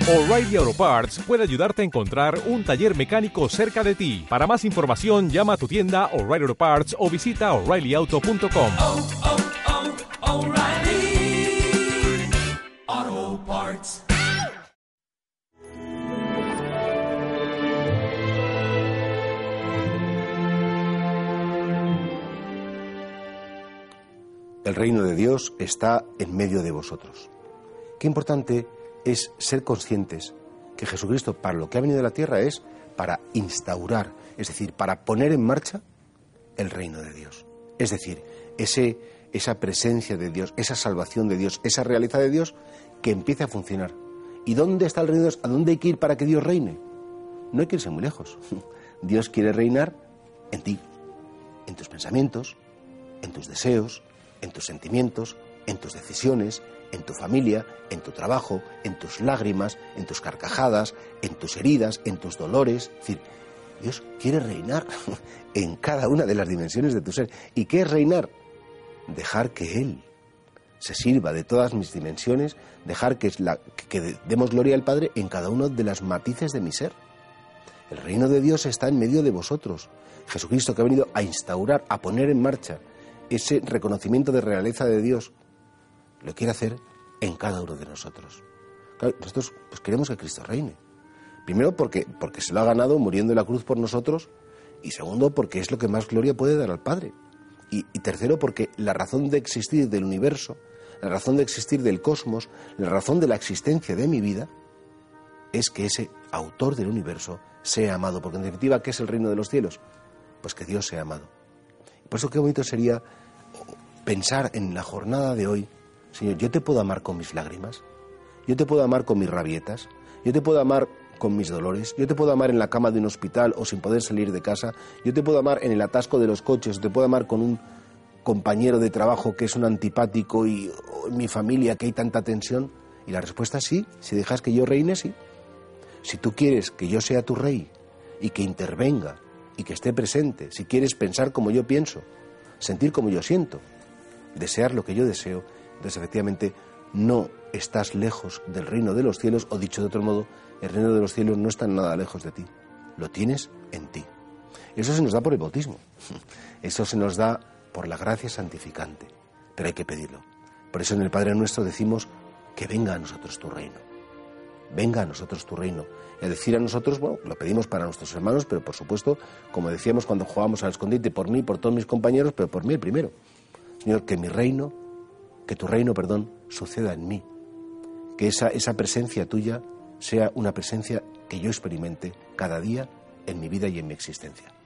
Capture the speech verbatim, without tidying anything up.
O'Reilly Auto Parts puede ayudarte a encontrar un taller mecánico cerca de ti. Para más información, llama a tu tienda O'Reilly Auto Parts o visita O'Reilly Auto punto com. Oh, oh, oh, O'Reilly Auto Parts. El reino de Dios está en medio de vosotros. Qué importante es ser conscientes que Jesucristo, para lo que ha venido a la tierra, es para instaurar, es decir, para poner en marcha el reino de Dios. Es decir, ese, esa presencia de Dios, esa salvación de Dios, esa realidad de Dios que empiece a funcionar. ¿Y dónde está el reino de Dios? ¿A dónde hay que ir para que Dios reine? No hay que irse muy lejos. Dios quiere reinar en ti, en tus pensamientos, en tus deseos, en tus sentimientos, en tus decisiones, en tu familia, en tu trabajo, en tus lágrimas, en tus carcajadas, en tus heridas, en tus dolores. Es decir, Dios quiere reinar en cada una de las dimensiones de tu ser. ¿Y qué es reinar? Dejar que Él se sirva de todas mis dimensiones, dejar que, es la, que demos gloria al Padre en cada uno de las matices de mi ser. El reino de Dios está en medio de vosotros. Jesucristo, que ha venido a instaurar, a poner en marcha ese reconocimiento de realeza de Dios, lo quiere hacer en cada uno de nosotros. Claro, nosotros pues queremos que Cristo reine. Primero porque, porque se lo ha ganado muriendo en la cruz por nosotros, y segundo porque es lo que más gloria puede dar al Padre. Y, y tercero porque la razón de existir del universo, la razón de existir del cosmos, la razón de la existencia de mi vida, es que ese autor del universo sea amado. Porque en definitiva, ¿qué es el reino de los cielos? Pues que Dios sea amado. Por eso qué bonito sería pensar en la jornada de hoy: Señor, yo te puedo amar con mis lágrimas, yo te puedo amar con mis rabietas, yo te puedo amar con mis dolores, yo te puedo amar en la cama de un hospital o sin poder salir de casa, yo te puedo amar en el atasco de los coches, te puedo amar con un compañero de trabajo que es un antipático y en mi familia que hay tanta tensión. Y la respuesta es sí, si dejas que yo reine, sí. Si tú quieres que yo sea tu rey y que intervenga y que esté presente, si quieres pensar como yo pienso, sentir como yo siento, desear lo que yo deseo, entonces efectivamente no estás lejos del reino de los cielos, o dicho de otro modo, el reino de los cielos no está nada lejos de ti, lo tienes en ti. Eso se nos da por el bautismo, eso se nos da por la gracia santificante, pero hay que pedirlo. Por eso en el Padre Nuestro decimos que venga a nosotros tu reino, venga a nosotros tu reino. Y a decir a nosotros, bueno, lo pedimos para nuestros hermanos, pero por supuesto, como decíamos cuando jugábamos al escondite, por mí, por todos mis compañeros, pero por mí el primero. Señor, que mi reino, que tu reino, perdón, suceda en mí. Que esa, esa presencia tuya sea una presencia que yo experimente cada día en mi vida y en mi existencia.